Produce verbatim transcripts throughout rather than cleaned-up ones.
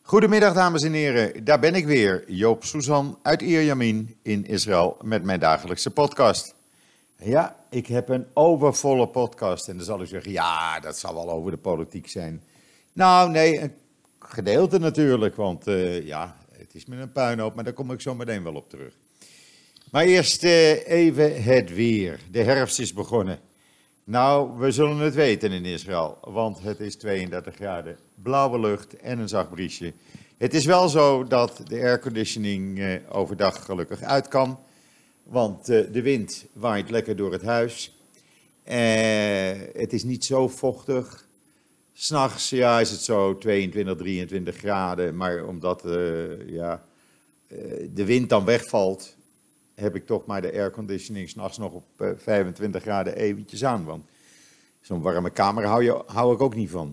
Goedemiddag dames en heren, daar ben ik weer, Joop Suzan uit Ierjemien in Israël met mijn dagelijkse podcast. Ja, ik heb een overvolle podcast en dan zal u zeggen, ja, dat zal wel over de politiek zijn. Nou nee, een gedeelte natuurlijk, want uh, ja, het is met een puinhoop, maar daar kom ik zo meteen wel op terug. Maar eerst uh, even het weer. De herfst is begonnen. Nou, we zullen het weten in Israël, want het is tweeëndertig graden, blauwe lucht en een zacht briesje. Het is wel zo dat de airconditioning uh, overdag gelukkig uit kan, want uh, de wind waait lekker door het huis. Uh, het is niet zo vochtig. 'S Nachts ja, is het zo tweeëntwintig, drieëntwintig graden, maar omdat uh, ja, uh, de wind dan wegvalt, heb ik toch maar de airconditioning 's nachts nog op uh, vijfentwintig graden eventjes aan. Want zo'n warme kamer hou, je, hou ik ook niet van.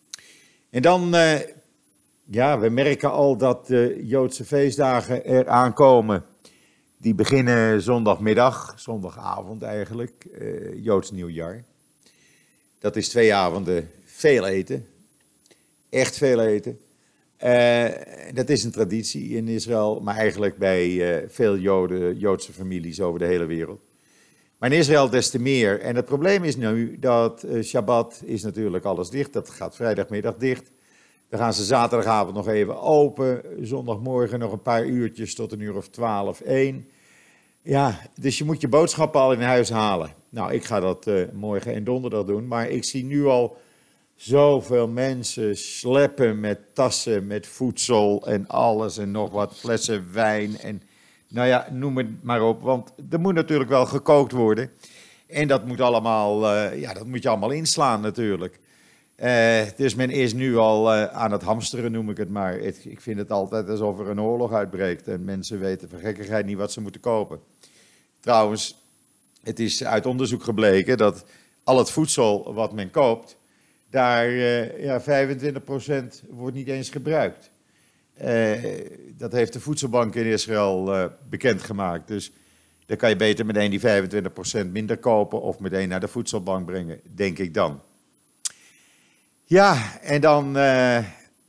En dan, uh, ja, we merken al dat de Joodse feestdagen eraan komen. Die beginnen zondagmiddag, zondagavond eigenlijk, uh, Joods nieuwjaar. Dat is twee avonden veel eten, echt veel eten. Uh, dat is een traditie in Israël, maar eigenlijk bij uh, veel Joden, Joodse families over de hele wereld. Maar in Israël des te meer. En het probleem is nu dat uh, Shabbat is natuurlijk alles dicht. Dat gaat vrijdagmiddag dicht. Dan gaan ze zaterdagavond nog even open. Zondagmorgen nog een paar uurtjes tot een uur of twaalf, één. Ja, dus je moet je boodschappen al in huis halen. Nou, ik ga dat uh, morgen en donderdag doen, maar ik zie nu al zoveel mensen sleppen met tassen, met voedsel en alles en nog wat flessen wijn en nou ja, noem het maar op, want er moet natuurlijk wel gekookt worden en dat moet allemaal, uh, ja, dat moet je allemaal inslaan natuurlijk. Uh, dus men is nu al uh, aan het hamsteren, noem ik het maar. Het, ik vind het altijd alsof er een oorlog uitbreekt en mensen weten voor gekkigheid niet wat ze moeten kopen. Trouwens, het is uit onderzoek gebleken dat al het voedsel wat men koopt, daar uh, ja, vijfentwintig procent wordt niet eens gebruikt. Uh, dat heeft de Voedselbank in Israël uh, bekendgemaakt. Dus dan kan je beter meteen die vijfentwintig procent minder kopen of meteen naar de voedselbank brengen, denk ik dan. Ja, en dan uh,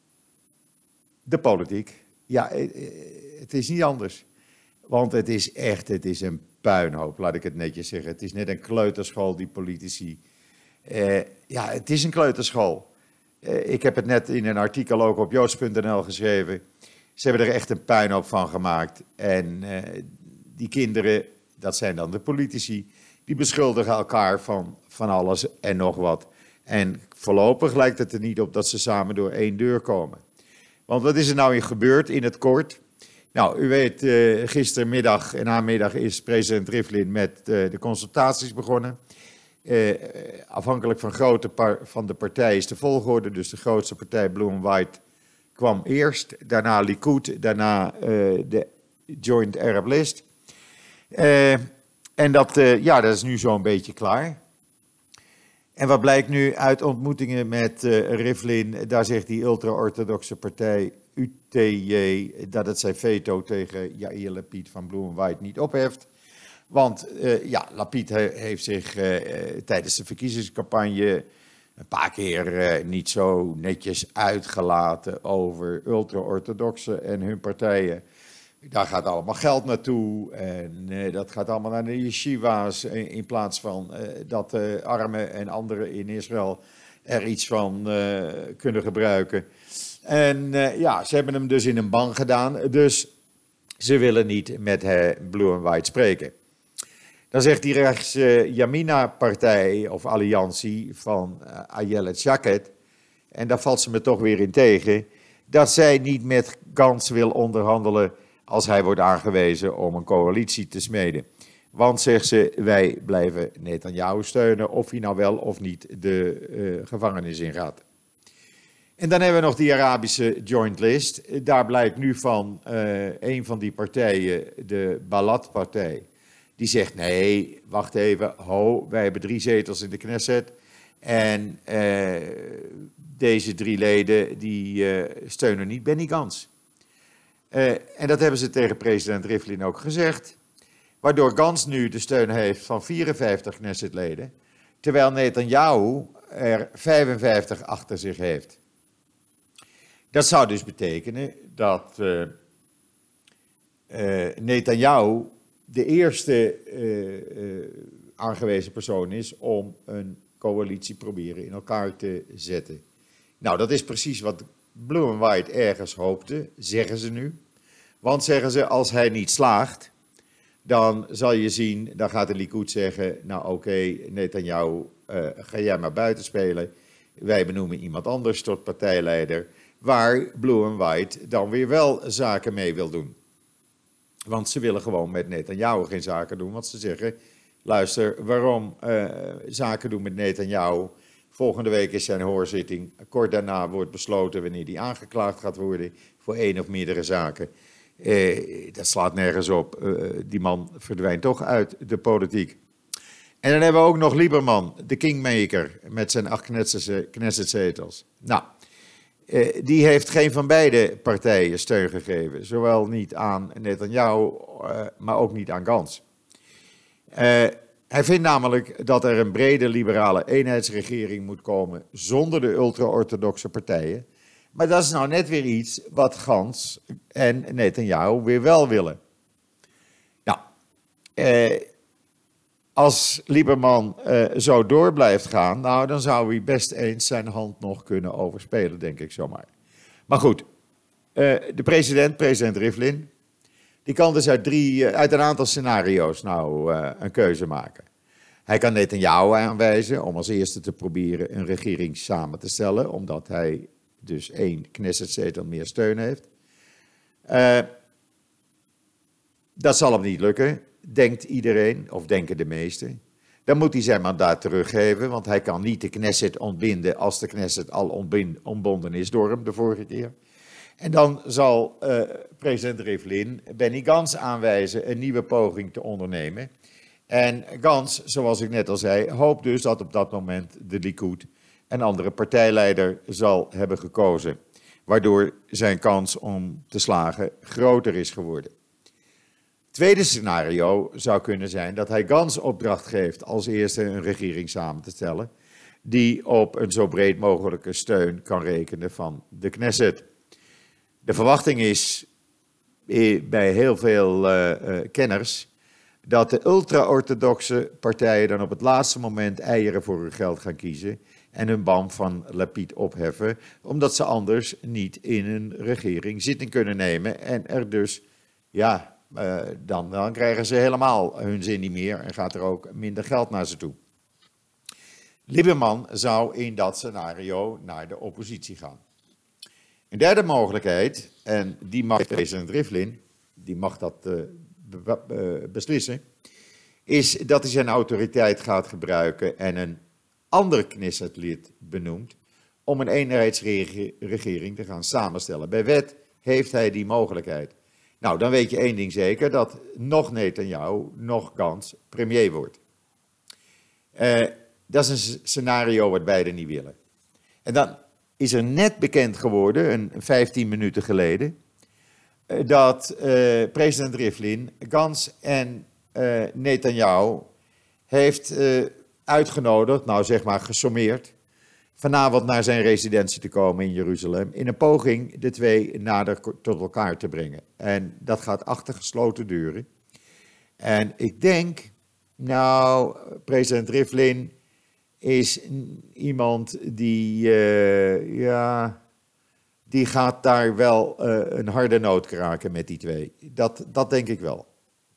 de politiek. Ja, het is niet anders. Want het is echt, het is een puinhoop, laat ik het netjes zeggen. Het is net een kleuterschool, die politici. Uh, ja, het is een kleuterschool. Uh, ik heb het net in een artikel ook op joods punt n l geschreven. Ze hebben er echt een puinhoop van gemaakt. En uh, die kinderen, dat zijn dan de politici, die beschuldigen elkaar van, van alles en nog wat. En voorlopig lijkt het er niet op dat ze samen door één deur komen. Want wat is er nou gebeurd in het kort? Nou, u weet, uh, gistermiddag en namiddag is president Rivlin met uh, de consultaties begonnen. Uh, afhankelijk van grootte par- van de partij is de volgorde. Dus de grootste partij, Blue and White, kwam eerst. Daarna Likud, daarna uh, de Joint Arab List. Uh, en dat, uh, ja, dat is nu zo'n beetje klaar. En wat blijkt nu uit ontmoetingen met uh, Rivlin? Daar zegt die ultra-orthodoxe partij U T J dat het zijn veto tegen Yair Lapid van Blue and White niet opheft. Want uh, ja, Lapid he, heeft zich uh, tijdens de verkiezingscampagne een paar keer uh, niet zo netjes uitgelaten over ultra-orthodoxen en hun partijen. Daar gaat allemaal geld naartoe en uh, dat gaat allemaal naar de yeshiva's in, in plaats van uh, dat de armen en anderen in Israël er iets van uh, kunnen gebruiken. En uh, ja, ze hebben hem dus in een ban gedaan, dus ze willen niet met uh, Blue and White spreken. Dan zegt die rechts uh, Yamina-partij of alliantie van uh, Ayelet Shaked, en daar valt ze me toch weer in tegen, dat zij niet met Gantz wil onderhandelen als hij wordt aangewezen om een coalitie te smeden. Want, zegt ze, wij blijven Netanyahu steunen, of hij nou wel of niet de uh, gevangenis ingaat. En dan hebben we nog die Arabische Joint List. Daar blijkt nu van uh, een van die partijen, de Balad-partij, die zegt, nee, wacht even, ho, wij hebben drie zetels in de Knesset. En uh, deze drie leden, die uh, steunen niet Benny Gantz. Uh, en dat hebben ze tegen president Rivlin ook gezegd. Waardoor Gantz nu de steun heeft van vierenvijftig Knessetleden, terwijl Netanyahu er vijfenvijftig achter zich heeft. Dat zou dus betekenen dat uh, uh, Netanyahu de eerste uh, uh, aangewezen persoon is om een coalitie proberen in elkaar te zetten. Nou, dat is precies wat Blue and White ergens hoopte, zeggen ze nu. Want zeggen ze, als hij niet slaagt, dan zal je zien, dan gaat de Likud zeggen, nou oké, okay, Netanyahu, uh, ga jij maar buiten spelen. Wij benoemen iemand anders tot partijleider, waar Blue and White dan weer wel zaken mee wil doen. Want ze willen gewoon met Netanyahu geen zaken doen, want ze zeggen, luister, waarom uh, zaken doen met Netanyahu? Volgende week is zijn hoorzitting, kort daarna wordt besloten wanneer die aangeklaagd gaat worden voor één of meerdere zaken. Eh, dat slaat nergens op. Uh, die man verdwijnt toch uit de politiek. En dan hebben we ook nog Lieberman, de kingmaker, met zijn acht Knessetzetels. Nou, uh, die heeft geen van beide partijen steun gegeven. Zowel niet aan Netanyahu, uh, maar ook niet aan Gantz. Uh, hij vindt namelijk dat er een brede liberale eenheidsregering moet komen zonder de ultra-orthodoxe partijen. Maar dat is nou net weer iets wat Gantz en Netanyahu weer wel willen. Nou, eh, als Lieberman eh, zo door blijft gaan, nou, dan zou hij best eens zijn hand nog kunnen overspelen, denk ik zomaar. Maar goed, eh, de president, president Rivlin, die kan dus uit, drie, uit een aantal scenario's nou uh, een keuze maken. Hij kan Netanyahu aanwijzen om als eerste te proberen een regering samen te stellen, omdat hij dus één Knessetzetel meer steun heeft. Uh, dat zal hem niet lukken, denkt iedereen, of denken de meesten. Dan moet hij zijn mandaat teruggeven, want hij kan niet de Knesset ontbinden als de Knesset al ontbind, ontbonden is door hem de vorige keer. En dan zal uh, president Rivlin Benny Gantz aanwijzen een nieuwe poging te ondernemen. En Gantz, zoals ik net al zei, hoopt dus dat op dat moment de Likud een andere partijleider zal hebben gekozen, waardoor zijn kans om te slagen groter is geworden. Het tweede scenario zou kunnen zijn dat hij Gantz opdracht geeft als eerste een regering samen te stellen, die op een zo breed mogelijke steun kan rekenen van de Knesset. De verwachting is bij heel veel uh, uh, kenners dat de ultra-orthodoxe partijen dan op het laatste moment eieren voor hun geld gaan kiezen en hun bam van Lapid opheffen, omdat ze anders niet in een regering zitting kunnen nemen en er dus, ja, uh, dan, dan krijgen ze helemaal hun zin niet meer en gaat er ook minder geld naar ze toe. Lieberman zou in dat scenario naar de oppositie gaan. Een derde mogelijkheid, en die mag president Rivlin, die mag dat uh, be- be- beslissen, is dat hij zijn autoriteit gaat gebruiken en een ander Knessetlid benoemt om een eenheidsregering te gaan samenstellen. Bij wet heeft hij die mogelijkheid. Nou, dan weet je één ding zeker, dat nog Netanyahu, nog Gantz premier wordt. Uh, dat is een scenario wat beide niet willen. En dan is er net bekend geworden, een vijftien minuten geleden, dat uh, president Rivlin Gantz en uh, Netanyahu heeft uh, uitgenodigd, nou zeg maar gesommeerd, vanavond naar zijn residentie te komen in Jeruzalem, in een poging de twee nader tot elkaar te brengen. En dat gaat achter gesloten deuren. En ik denk, nou, president Rivlin is iemand die, uh, ja, die gaat daar wel uh, een harde noot kraken met die twee. Dat, dat denk ik wel.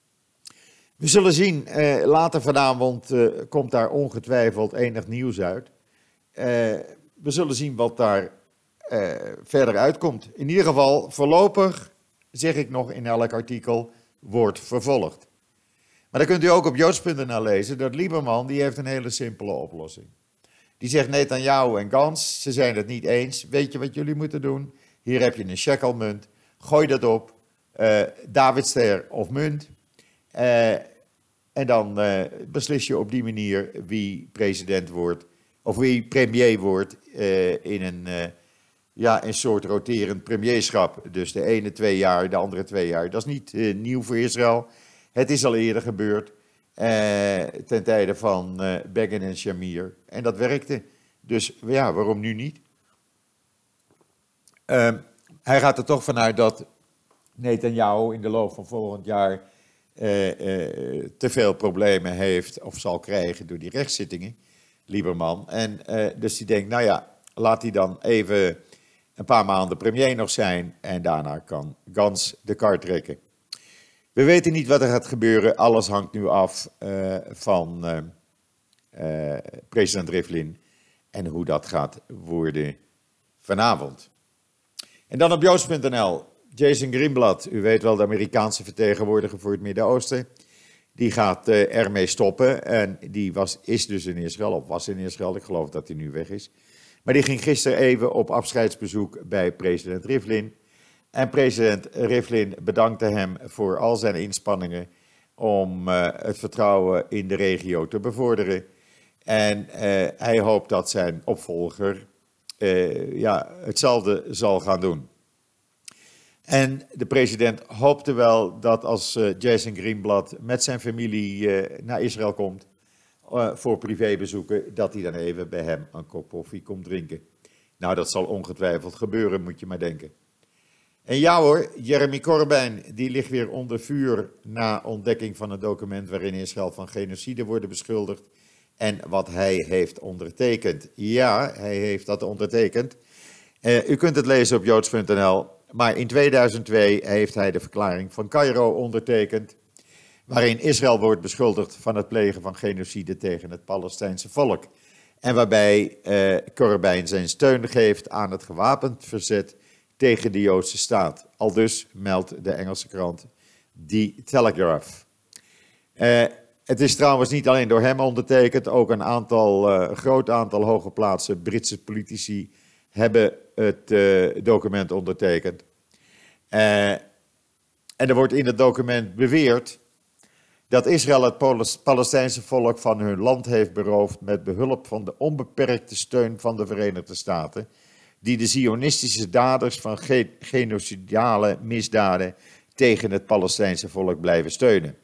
We zullen zien, uh, later vanavond uh, komt daar ongetwijfeld enig nieuws uit. Uh, we zullen zien wat daar uh, verder uitkomt. In ieder geval, voorlopig, zeg ik nog in elk artikel, wordt vervolgd. Maar dan kunt u ook op joods punt n l lezen dat Lieberman, die heeft een hele simpele oplossing. Die zegt Netanyahu en Gantz, ze zijn het niet eens. Weet je wat jullie moeten doen? Hier heb je een shekelmunt. Gooi dat op. Uh, Davidster of munt. Uh, en dan uh, beslis je op die manier wie president wordt. Of wie premier wordt uh, in een, uh, ja, een soort roterend premierschap. Dus de ene twee jaar, de andere twee jaar. Dat is niet uh, nieuw voor Israël. Het is al eerder gebeurd. Uh, ten tijde van uh, Begin en Shamir. En dat werkte. Dus ja, waarom nu niet? Uh, hij gaat er toch vanuit dat Netanyahu in de loop van volgend jaar uh, uh, te veel problemen heeft of zal krijgen door die rechtszittingen, Lieberman. En uh, dus hij denkt, nou ja, laat hij dan even een paar maanden premier nog zijn en daarna kan Gans de kar trekken. We weten niet wat er gaat gebeuren, alles hangt nu af uh, van uh, uh, president Rivlin en hoe dat gaat worden vanavond. En dan op joods punt n l, Jason Greenblatt, u weet wel, de Amerikaanse vertegenwoordiger voor het Midden-Oosten, die gaat uh, ermee stoppen en die was, is dus in Israël, of was in Israël, ik geloof dat hij nu weg is. Maar die ging gisteren even op afscheidsbezoek bij president Rivlin. En president Rivlin bedankte hem voor al zijn inspanningen om uh, het vertrouwen in de regio te bevorderen. En uh, hij hoopt dat zijn opvolger uh, ja, hetzelfde zal gaan doen. En de president hoopte wel dat als uh, Jason Greenblatt met zijn familie uh, naar Israël komt uh, voor privébezoeken, dat hij dan even bij hem een kop koffie komt drinken. Nou, dat zal ongetwijfeld gebeuren, moet je maar denken. En ja hoor, Jeremy Corbyn, die ligt weer onder vuur na ontdekking van een document waarin Israël van genocide wordt beschuldigd en wat hij heeft ondertekend. Ja, hij heeft dat ondertekend. Uh, u kunt het lezen op joods punt n l. Maar in tweeduizend twee heeft hij de verklaring van Cairo ondertekend, waarin Israël wordt beschuldigd van het plegen van genocide tegen het Palestijnse volk. En waarbij uh, Corbyn zijn steun geeft aan het gewapend verzet tegen de Joodse staat. Aldus meldt de Engelse krant The Telegraph. Uh, het is trouwens niet alleen door hem ondertekend, ook een aantal, uh, een groot aantal hooggeplaatste Britse politici hebben het uh, document ondertekend. Uh, en er wordt in het document beweerd dat Israël het Palestijnse volk van hun land heeft beroofd met behulp van de onbeperkte steun van de Verenigde Staten, die de zionistische daders van ge- genocidale misdaden tegen het Palestijnse volk blijven steunen.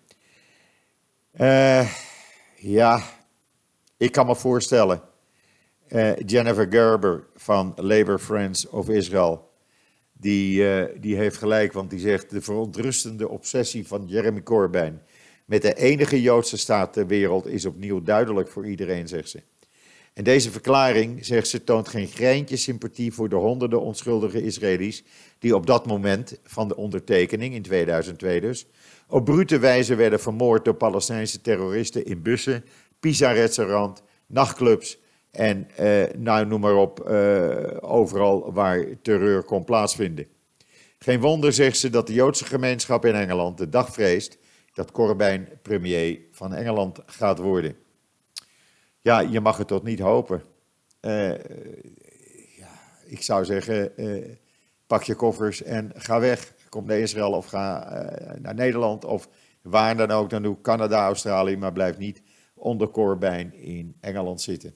Uh, ja, ik kan me voorstellen, uh, Jennifer Gerber van Labour Friends of Israel, die, uh, die heeft gelijk, want die zegt de verontrustende obsessie van Jeremy Corbyn met de enige Joodse staat ter wereld is opnieuw duidelijk voor iedereen, zegt ze. En deze verklaring, zegt ze, toont geen greintje sympathie voor de honderden onschuldige Israëli's die op dat moment van de ondertekening, in tweeduizend twee dus, op brute wijze werden vermoord door Palestijnse terroristen in bussen, pizza-restaurant, nachtclubs en uh, nou, noem maar op, uh, overal waar terreur kon plaatsvinden. Geen wonder, zegt ze, dat de Joodse gemeenschap in Engeland de dag vreest dat Corbyn premier van Engeland gaat worden. Ja, je mag het toch niet hopen. Uh, ja, ik zou zeggen, uh, pak je koffers en ga weg. Kom naar Israël of ga uh, naar Nederland of waar dan ook naartoe, Canada, Australië, maar blijf niet onder Corbyn in Engeland zitten.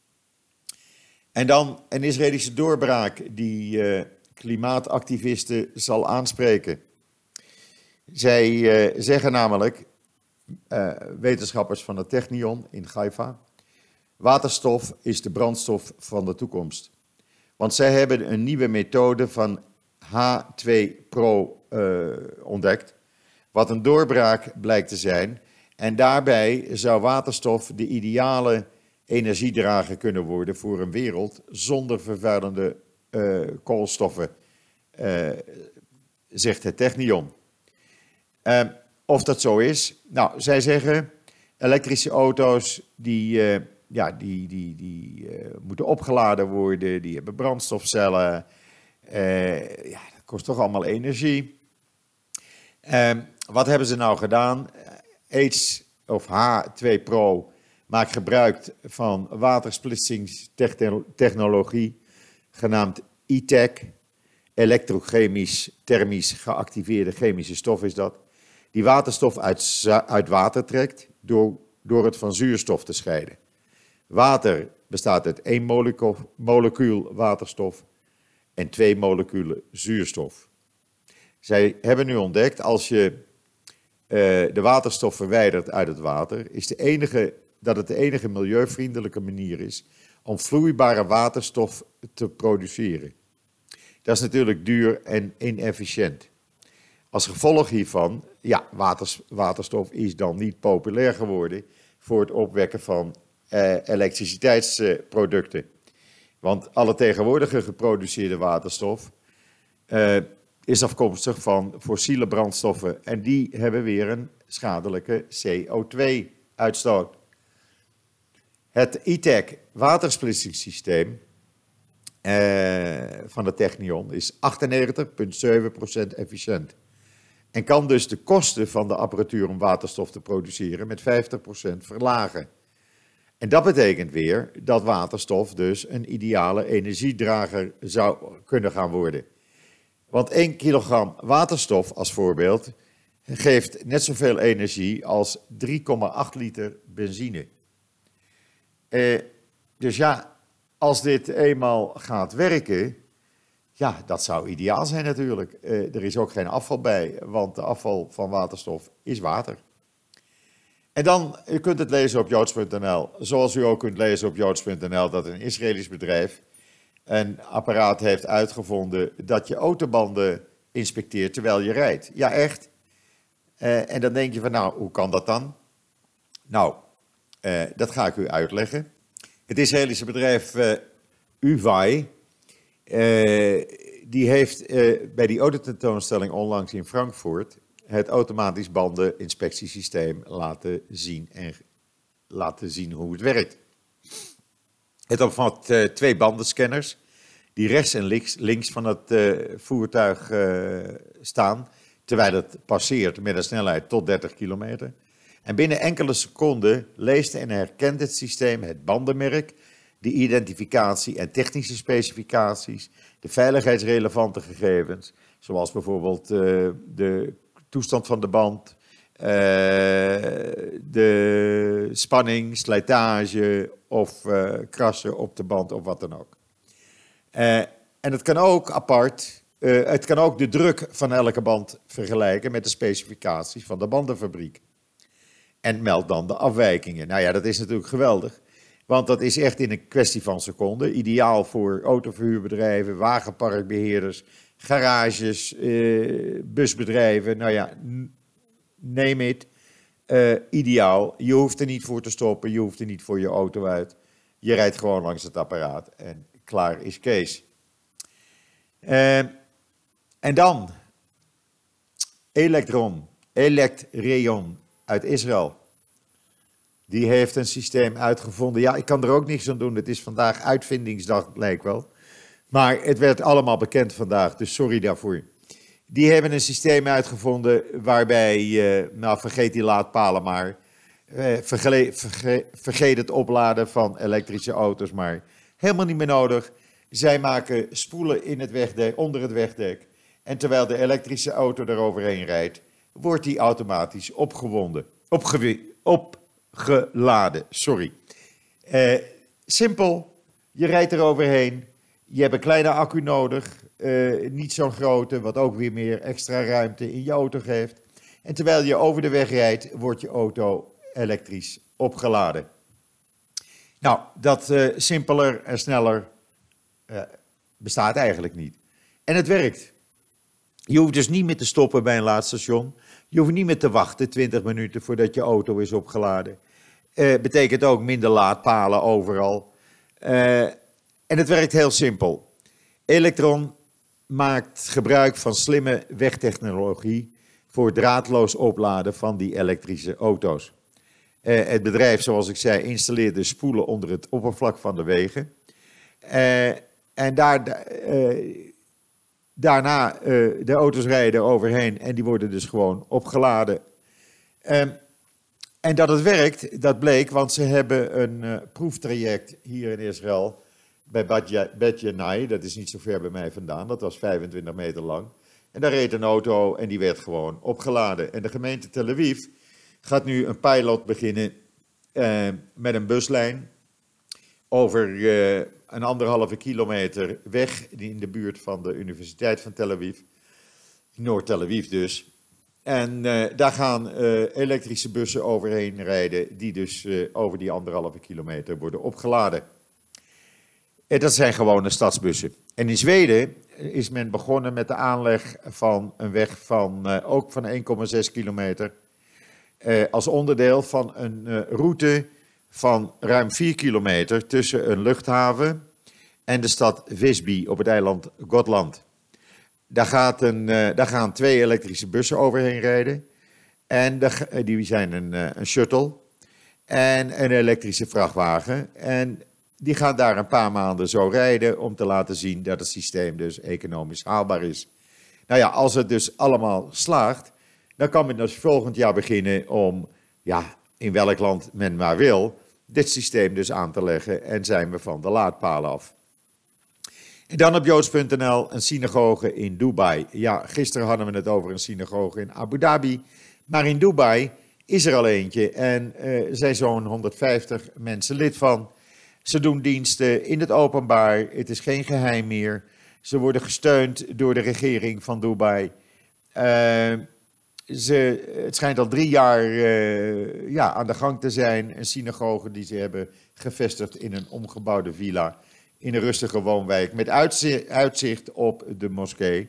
En dan een Israëlische doorbraak die uh, klimaatactivisten zal aanspreken. Zij uh, zeggen namelijk, uh, wetenschappers van het Technion in Haifa, waterstof is de brandstof van de toekomst. Want zij hebben een nieuwe methode van H twee Pro uh, ontdekt, wat een doorbraak blijkt te zijn. En daarbij zou waterstof de ideale energiedrager kunnen worden voor een wereld zonder vervuilende uh, koolstoffen, uh, zegt het Technion. Uh, of dat zo is? Nou, zij zeggen, elektrische auto's die, uh, ja, die, die, die uh, moeten opgeladen worden, die hebben brandstofcellen. Uh, ja, dat kost toch allemaal energie. Uh, wat hebben ze nou gedaan? H, of H twee Pro maakt gebruik van watersplitsingstechnologie, genaamd E-Tech. Elektrochemisch, thermisch geactiveerde chemische stof is dat. Die waterstof uit, uit water trekt door, door het van zuurstof te scheiden. Water bestaat uit één molecuul, molecuul waterstof en twee moleculen zuurstof. Zij hebben nu ontdekt, als je uh, de waterstof verwijdert uit het water, is de enige, dat het de enige milieuvriendelijke manier is om vloeibare waterstof te produceren. Dat is natuurlijk duur en inefficiënt. Als gevolg hiervan, ja, waters, waterstof is dan niet populair geworden voor het opwekken van eh, elektriciteitsproducten. Want alle tegenwoordige geproduceerde waterstof uh, is afkomstig van fossiele brandstoffen. En die hebben weer een schadelijke C O twee uitstoot. Het I T E C watersplitsingsysteem uh, van de Technion is achtennegentig komma zeven procent efficiënt. En kan dus de kosten van de apparatuur om waterstof te produceren met vijftig procent verlagen. En dat betekent weer dat waterstof dus een ideale energiedrager zou kunnen gaan worden. Want één kilogram waterstof als voorbeeld geeft net zoveel energie als drie komma acht liter benzine. Eh, dus ja, als dit eenmaal gaat werken, ja, dat zou ideaal zijn natuurlijk. Eh, er is ook geen afval bij, want de afval van waterstof is water. En dan, u kunt het lezen op joods punt n l, zoals u ook kunt lezen op joods punt n l dat een Israëlisch bedrijf een apparaat heeft uitgevonden dat je autobanden inspecteert terwijl je rijdt. Ja, echt. Uh, en dan denk je van, nou, hoe kan dat dan? Nou, uh, dat ga ik u uitleggen. Het Israëlische bedrijf uh, U V A I, uh, die heeft uh, bij die autotentoonstelling onlangs in Frankfurt het automatisch bandeninspectiesysteem laten zien en laten zien hoe het werkt. Het omvat uh, twee bandenscanners die rechts en links, links van het uh, voertuig uh, staan, terwijl het passeert met een snelheid tot dertig kilometer. En binnen enkele seconden leest en herkent het systeem het bandenmerk, de identificatie en technische specificaties, de veiligheidsrelevante gegevens, zoals bijvoorbeeld uh, de toestand van de band, uh, de spanning, slijtage of uh, krassen op de band of wat dan ook. Uh, en het kan ook apart, uh, het kan ook de druk van elke band vergelijken met de specificaties van de bandenfabriek. En meldt dan de afwijkingen. Nou ja, dat is natuurlijk geweldig, want dat is echt in een kwestie van seconden. Ideaal voor autoverhuurbedrijven, wagenparkbeheerders, garages, uh, busbedrijven, nou ja, name it. Uh, ideaal. Je hoeft er niet voor te stoppen, je hoeft er niet voor je auto uit. Je rijdt gewoon langs het apparaat en klaar is Kees. Uh, en dan Electron, Electreon uit Israël. Die heeft een systeem uitgevonden. Ja, ik kan er ook niks aan doen. Het is vandaag uitvindingsdag, lijkt wel. Maar het werd allemaal bekend vandaag, dus sorry daarvoor. Die hebben een systeem uitgevonden waarbij, uh, nou vergeet die laadpalen maar, uh, verge verge vergeet het opladen van elektrische auto's maar. Helemaal niet meer nodig. Zij maken spoelen in het wegdek, onder het wegdek. En terwijl de elektrische auto eroverheen rijdt, wordt die automatisch opgewonden, opge opgeladen. Sorry. Uh, simpel, je rijdt eroverheen. Je hebt een kleine accu nodig, uh, niet zo'n grote, wat ook weer meer extra ruimte in je auto geeft. En terwijl je over de weg rijdt, wordt je auto elektrisch opgeladen. Nou, dat uh, simpeler en sneller uh, bestaat eigenlijk niet. En het werkt. Je hoeft dus niet meer te stoppen bij een laadstation. Je hoeft niet meer te wachten twintig minuten voordat je auto is opgeladen. Uh, betekent ook minder laadpalen overal. Uh, En het werkt heel simpel. Electron maakt gebruik van slimme wegtechnologie voor draadloos opladen van die elektrische auto's. Uh, het bedrijf, zoals ik zei, installeert de spoelen onder het oppervlak van de wegen. Uh, en daar, uh, daarna, uh, de auto's rijden overheen en die worden dus gewoon opgeladen. Uh, en dat het werkt, dat bleek, want ze hebben een uh, proeftraject hier in Israël bij Bet Yanai, dat is niet zo ver bij mij vandaan, dat was vijfentwintig meter lang. En daar reed een auto en die werd gewoon opgeladen. En de gemeente Tel Aviv gaat nu een pilot beginnen uh, met een buslijn over uh, een anderhalve kilometer weg in de buurt van de Universiteit van Tel Aviv, Noord-Tel Aviv dus. En uh, daar gaan uh, elektrische bussen overheen rijden die dus uh, over die anderhalve kilometer worden opgeladen. En dat zijn gewone stadsbussen. En in Zweden is men begonnen met de aanleg van een weg van uh, ook van één komma zes kilometer. Uh, als onderdeel van een uh, route van ruim vier kilometer tussen een luchthaven en de stad Visby op het eiland Gotland. Daar, gaat een, uh, daar gaan twee elektrische bussen overheen rijden. En de, uh, die zijn een, uh, een shuttle en een elektrische vrachtwagen. En die gaan daar een paar maanden zo rijden om te laten zien dat het systeem dus economisch haalbaar is. Nou ja, als het dus allemaal slaagt, dan kan men dus volgend jaar beginnen om, ja, in welk land men maar wil, dit systeem dus aan te leggen en zijn we van de laadpalen af. En dan op joods punt n l een synagoge in Dubai. Ja, gisteren hadden we het over een synagoge in Abu Dhabi, maar in Dubai is er al eentje en uh, er zijn zo'n honderdvijftig mensen lid van. Ze doen diensten in het openbaar, het is geen geheim meer. Ze worden gesteund door de regering van Dubai. Uh, ze, het schijnt al drie jaar uh, ja, aan de gang te zijn. Een synagoge die ze hebben gevestigd in een omgebouwde villa in een rustige woonwijk met uitzicht, uitzicht op de moskee.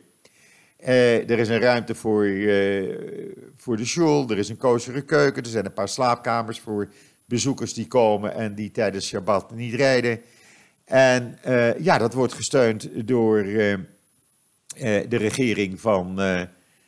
Uh, er is een ruimte voor, uh, voor de shul, er is een kozere keuken, er zijn een paar slaapkamers voor bezoekers die komen en die tijdens Shabbat niet rijden. En uh, ja, dat wordt gesteund door uh, uh, de regering van uh,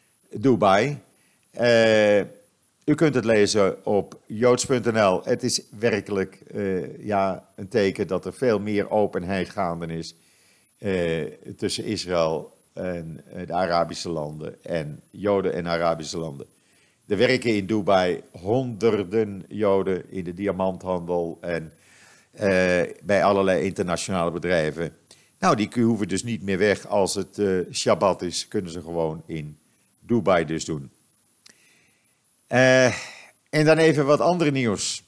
Dubai. Uh, u kunt het lezen op joods punt n l. Het is werkelijk uh, ja, een teken dat er veel meer openheid gaande is uh, tussen Israël en uh, de Arabische landen en Joden en Arabische landen. Er werken in Dubai honderden Joden in de diamanthandel en uh, bij allerlei internationale bedrijven. Nou, die hoeven dus niet meer weg als het uh, Shabbat is, kunnen ze gewoon in Dubai dus doen. Uh, en dan even wat andere nieuws.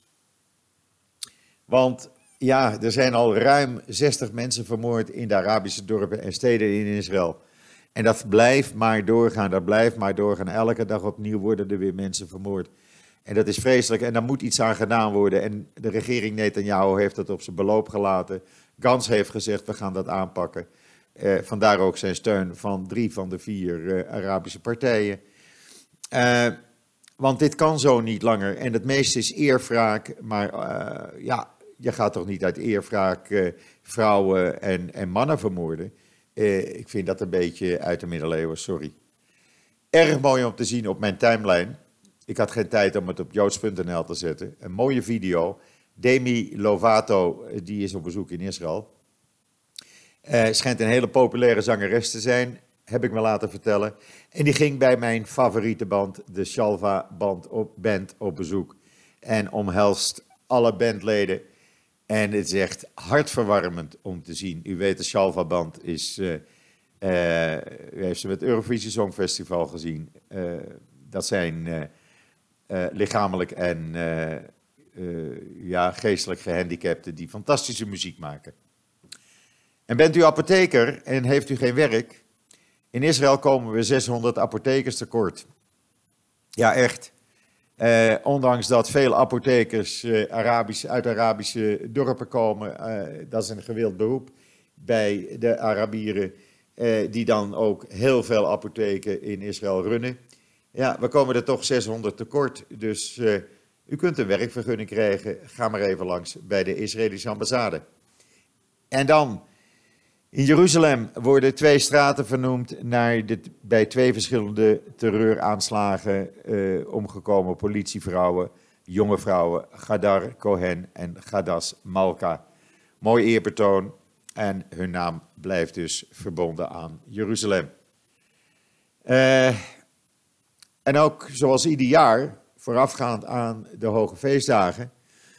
Want ja, er zijn al ruim zestig mensen vermoord in de Arabische dorpen en steden in Israël. En dat blijft maar doorgaan, dat blijft maar doorgaan. Elke dag opnieuw worden er weer mensen vermoord. En dat is vreselijk en daar moet iets aan gedaan worden. En de regering Netanyahu heeft dat op zijn beloop gelaten. Gans heeft gezegd, we gaan dat aanpakken. Uh, vandaar ook zijn steun van drie van de vier uh, Arabische partijen. Uh, want dit kan zo niet langer. En het meeste is eerwraak, maar uh, ja, je gaat toch niet uit eerwraak uh, vrouwen en, en mannen vermoorden. Uh, ik vind dat een beetje uit de middeleeuwen, sorry. Erg mooi om te zien op mijn timeline. Ik had geen tijd om het op joods punt n l te zetten. Een mooie video. Demi Lovato, die is op bezoek in Israël. Uh, schijnt een hele populaire zangeres te zijn, heb ik me laten vertellen. En die ging bij mijn favoriete band, de Shalva band op, band, op bezoek. En omhelst alle bandleden. En het is echt hartverwarmend om te zien. U weet, de Shalva band is... Uh, uh, u heeft ze met het Eurovisie Songfestival gezien. Uh, dat zijn uh, uh, lichamelijk en uh, uh, ja, geestelijk gehandicapten die fantastische muziek maken. En bent u apotheker en heeft u geen werk? In Israël komen we zeshonderd apothekers tekort. Ja, echt. Uh, ondanks dat veel apothekers uh, Arabisch, uit Arabische dorpen komen, uh, dat is een gewild beroep bij de Arabieren, uh, die dan ook heel veel apotheken in Israël runnen. Ja, we komen er toch zeshonderd tekort, dus uh, u kunt een werkvergunning krijgen. Ga maar even langs bij de Israëlische ambassade. En dan, in Jeruzalem worden twee straten vernoemd naar de, bij twee verschillende terreuraanslagen uh, omgekomen politievrouwen, jonge vrouwen, Hadar Cohen en Hadas Malka. Mooi eerbetoon en hun naam blijft dus verbonden aan Jeruzalem. Uh, en ook zoals ieder jaar, voorafgaand aan de hoge feestdagen,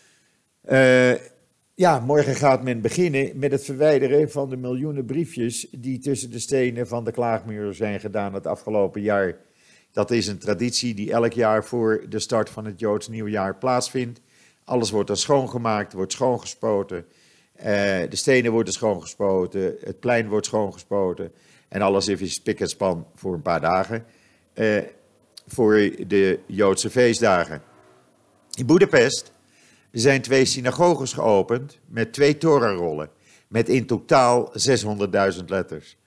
uh, ja, morgen gaat men beginnen met het verwijderen van de miljoenen briefjes die tussen de stenen van de klaagmuur zijn gedaan het afgelopen jaar. Dat is een traditie die elk jaar voor de start van het Joods nieuwjaar plaatsvindt. Alles wordt dan schoongemaakt, wordt schoongespoten. Uh, de stenen worden schoongespoten, het plein wordt schoongespoten. En alles is spik en span voor een paar dagen. Uh, voor de Joodse feestdagen. In Boedapest zijn twee synagoges geopend met twee Torah-rollen, met in totaal zeshonderdduizend letters.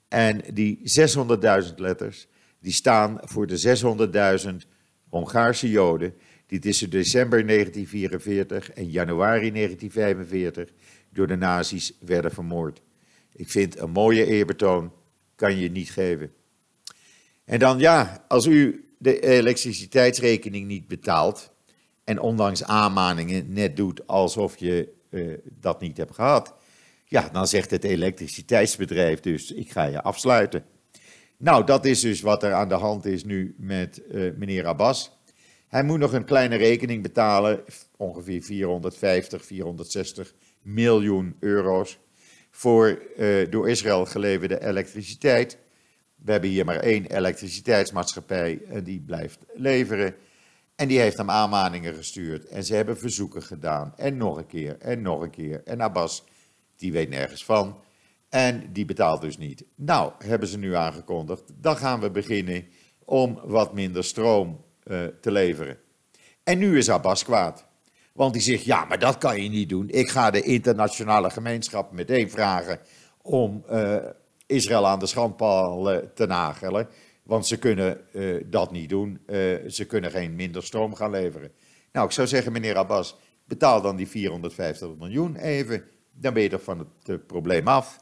En die zeshonderdduizend letters, die staan voor de zeshonderdduizend Hongaarse Joden die tussen december negentien vierenveertig en januari negentien vijfenveertig door de nazi's werden vermoord. Ik vind een mooie eerbetoon, kan je niet geven. En dan ja, als u de elektriciteitsrekening niet betaalt en ondanks aanmaningen net doet alsof je uh, dat niet hebt gehad, ja, dan zegt het elektriciteitsbedrijf dus, ik ga je afsluiten. Nou, dat is dus wat er aan de hand is nu met uh, meneer Abbas. Hij moet nog een kleine rekening betalen, ongeveer vierhonderdvijftig, vierhonderdzestig miljoen euro's, voor uh, door Israël geleverde elektriciteit. We hebben hier maar één elektriciteitsmaatschappij en die blijft leveren. En die heeft hem aanmaningen gestuurd en ze hebben verzoeken gedaan. En nog een keer, en nog een keer. En Abbas, die weet nergens van. En die betaalt dus niet. Nou, hebben ze nu aangekondigd, dan gaan we beginnen om wat minder stroom uh, te leveren. En nu is Abbas kwaad. Want die zegt, ja, maar dat kan je niet doen. Ik ga de internationale gemeenschap meteen vragen om uh, Israël aan de schandpaal uh, te nagelen. Want ze kunnen uh, dat niet doen. Uh, ze kunnen geen minder stroom gaan leveren. Nou, ik zou zeggen, meneer Abbas, betaal dan die vierhonderdvijftig miljoen even. Dan ben je toch van het uh, probleem af.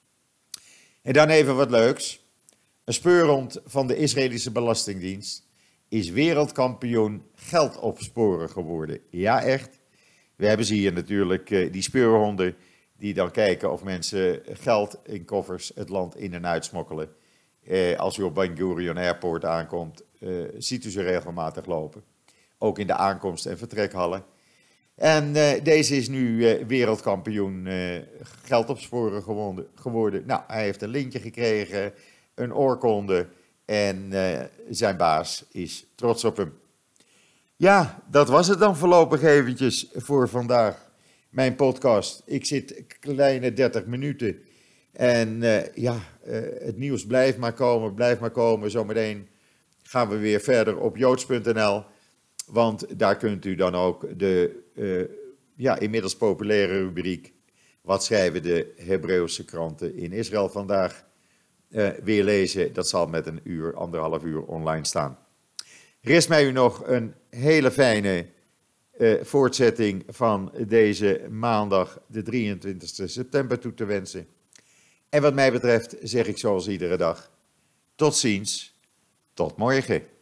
En dan even wat leuks. Een speurhond van de Israëlische Belastingdienst is wereldkampioen geld opsporen geworden. Ja, echt. We hebben ze hier natuurlijk, uh, die speurhonden, die dan kijken of mensen geld in koffers het land in en uit smokkelen. Uh, als u op Ben Gurion Airport aankomt, uh, ziet u ze regelmatig lopen. Ook in de aankomst- en vertrekhallen. En uh, deze is nu uh, wereldkampioen uh, geld opsporen geworden, geworden. Nou, hij heeft een lintje gekregen, een oorkonde en uh, zijn baas is trots op hem. Ja, dat was het dan voorlopig eventjes voor vandaag. Mijn podcast. Ik zit kleine dertig minuten. En uh, ja, uh, het nieuws blijft maar komen, blijft maar komen. Zometeen gaan we weer verder op joods punt n l. Want daar kunt u dan ook de uh, ja, inmiddels populaire rubriek Wat schrijven de Hebreeuwse kranten in Israël vandaag uh, weer lezen. Dat zal met een uur, anderhalf uur online staan. Rest mij u nog een hele fijne uh, voortzetting van deze maandag, de drieëntwintigste september, toe te wensen. En wat mij betreft zeg ik zoals iedere dag, tot ziens, tot morgen.